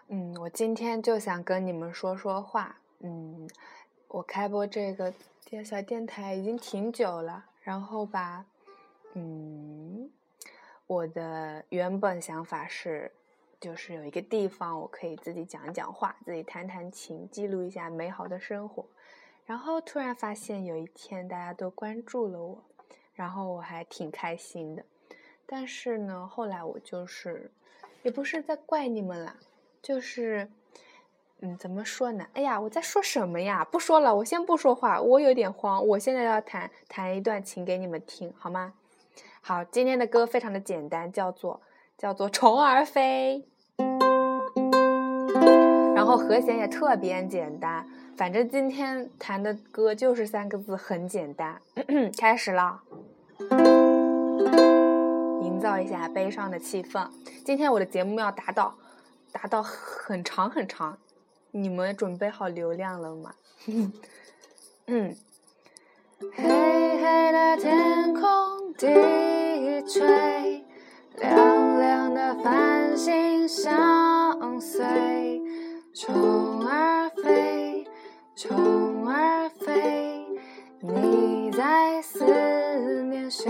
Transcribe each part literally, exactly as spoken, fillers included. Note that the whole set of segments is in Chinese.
嗯，我今天就想跟你们说说话。嗯，我开播这个电小电台已经挺久了，然后吧，嗯，我的原本想法是，就是有一个地方我可以自己讲讲话，自己弹弹琴，记录一下美好的生活。然后突然发现有一天大家都关注了我，然后我还挺开心的。但是呢，后来我就是，也不是在怪你们啦。就是，嗯，怎么说呢？哎呀，我在说什么呀？不说了，我先不说话，我有点慌。我现在要弹弹一段琴给你们听，好吗？好，今天的歌非常的简单，叫做叫做《虫儿飞》，然后和弦也特别简单。反正今天弹的歌就是三个字，很简单。开始了。营造一下悲伤的气氛。今天我的节目要达到达到很长很长，你们准备好流量了吗？嗯，黑黑的天空低垂，亮亮的繁星相随，虫儿飞，虫儿飞，你在思念谁？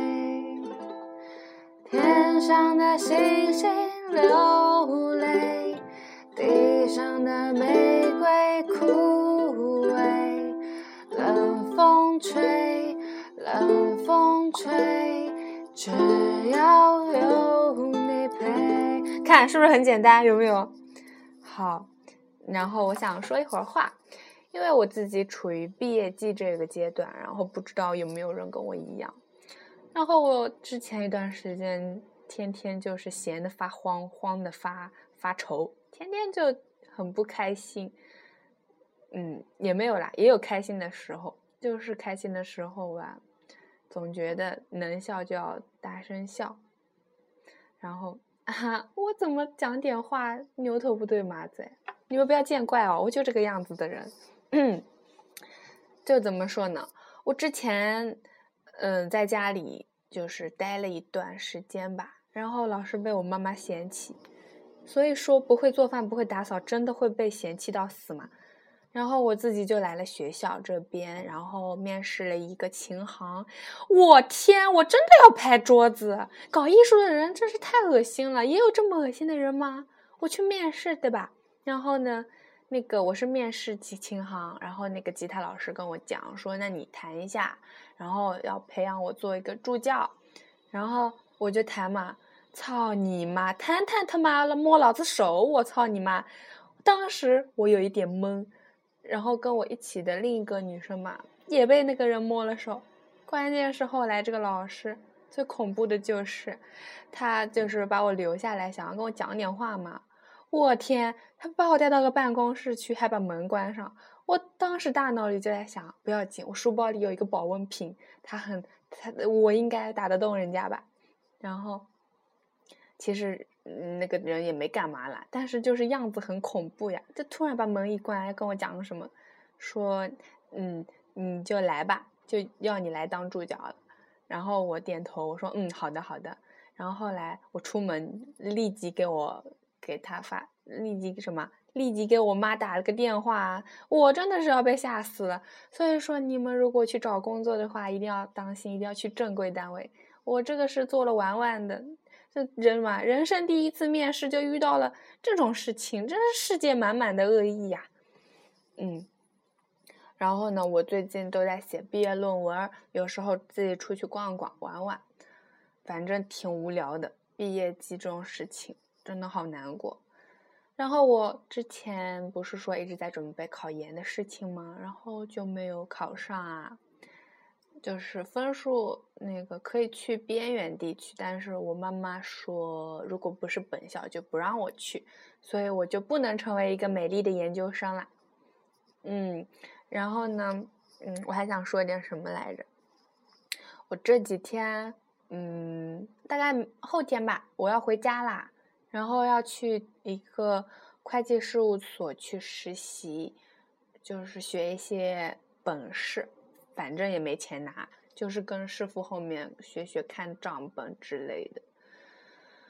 天上的星星流泪，地上的玫瑰枯萎，冷风吹，冷风吹，只要有你陪。看是不是很简单，有没有？好，然后我想说一会儿话，因为我自己处于毕业季这个阶段，然后不知道有没有人跟我一样。然后我之前一段时间天天就是闲得发慌，慌得发发愁，天天就很不开心。嗯，也没有啦，也有开心的时候，就是开心的时候吧，总觉得能笑就要大声笑。然后啊，我怎么讲点话牛头不对马嘴？你们不要见怪哦，我就这个样子的人。嗯，就怎么说呢？我之前嗯在家里就是待了一段时间吧，然后老是被我妈妈嫌弃，所以说不会做饭不会打扫真的会被嫌弃到死嘛。然后我自己就来了学校这边，然后面试了一个琴行。我天，我真的要拍桌子！搞艺术的人真是太恶心了，也有这么恶心的人吗？我去面试对吧？然后呢那个我是面试吉琴行，然后那个吉他老师跟我讲说，那你弹一下，然后要培养我做一个助教，然后我就弹嘛，操你妈，弹弹他妈了摸老子手，我操你妈！当时我有一点懵，然后跟我一起的另一个女生嘛，也被那个人摸了手。关键是后来这个老师最恐怖的就是，他就是把我留下来，想要跟我讲点话嘛。我天，他把我带到个办公室去，还把门关上。我当时大脑里就在想，不要紧，我书包里有一个保温瓶，他很他我应该打得动人家吧。然后其实那个人也没干嘛啦，但是就是样子很恐怖呀。就突然把门一关，跟我讲什么，说嗯你就来吧，就要你来当助教了。然后我点头，我说嗯好的好的。然后后来我出门立即给我给他发，立即什么，立即给我妈打了个电话，我真的是要被吓死了。所以说你们如果去找工作的话，一定要当心，一定要去正规单位。我这个是做了玩玩的，这人嘛，人生第一次面试就遇到了这种事情，真是世界满满的恶意呀。嗯。然后呢，我最近都在写毕业论文，有时候自己出去逛逛玩玩，反正挺无聊的。毕业季这种事情真的好难过。然后我之前不是说一直在准备考研的事情吗？然后就没有考上啊，就是分数那个可以去边远地区，但是我妈妈说如果不是本校就不让我去，所以我就不能成为一个美丽的研究生啦。嗯，然后呢，嗯，我还想说点什么来着？我这几天，嗯，大概后天吧，我要回家啦，然后要去一个会计事务所去实习，就是学一些本事，反正也没钱拿，就是跟师傅后面学学看账本之类的。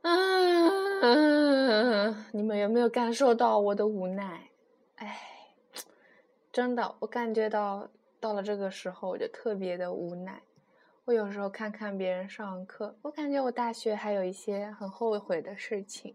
嗯，你们有没有感受到我的无奈？哎，真的，我感觉到到了这个时候，我就特别的无奈。我有时候看看别人上课，我感觉我大学还有一些很后悔的事情，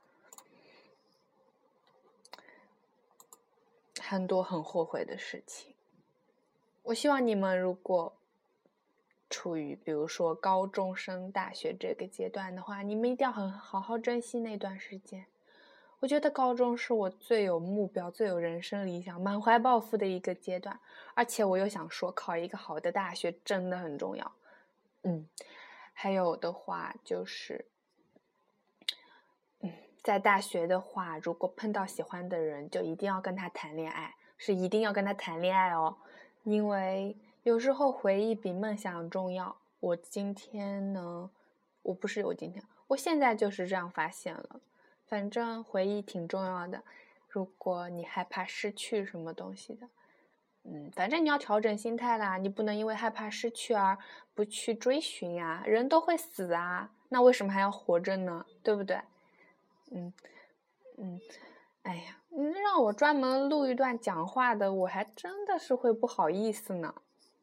很多很后悔的事情。我希望你们如果处于比如说高中生、大学这个阶段的话，你们一定要很好好珍惜那段时间。我觉得高中是我最有目标、最有人生理想、满怀抱负的一个阶段，而且我又想说，考一个好的大学真的很重要。嗯，还有的话就是，嗯，在大学的话，如果碰到喜欢的人，就一定要跟他谈恋爱，是一定要跟他谈恋爱哦，因为有时候回忆比梦想重要。我今天呢，我不是我今天，我现在就是这样发现了。反正回忆挺重要的，如果你害怕失去什么东西的，嗯，反正你要调整心态啦，你不能因为害怕失去而不去追寻呀，人都会死啊，那为什么还要活着呢？对不对？嗯嗯，哎呀，你让我专门录一段讲话的，我还真的是会不好意思呢。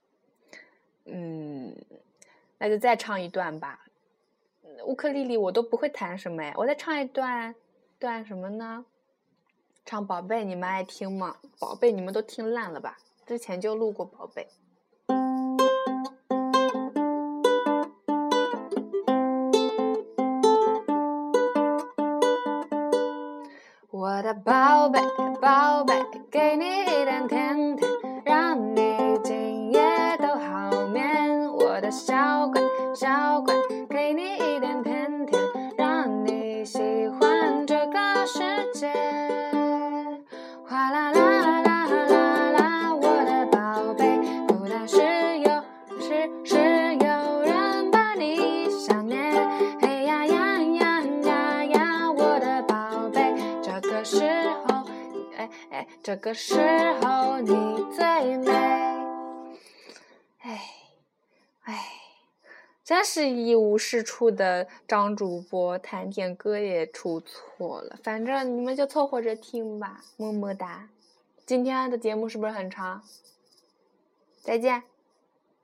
嗯，那就再唱一段吧。乌克丽丽我都不会弹什么哎，我再唱一段段什么呢？唱宝贝，你们爱听吗？宝贝你们都听烂了吧？之前就录过宝贝。我的宝贝宝贝，给你一点甜甜，让你今夜都好眠。我的小乖小乖，给你一点甜甜，让你喜欢这个世界。哗啦啦啦啦啦，我的宝贝，孤单时有时是有人把你想念。嘿呀呀呀呀呀，我的宝贝，这个时候，哎哎，这个时候你最美。哎哎，真是一无是处的张主播，弹点歌也出错了。反正你们就凑合着听吧，么么哒。今天的节目是不是很长？再见。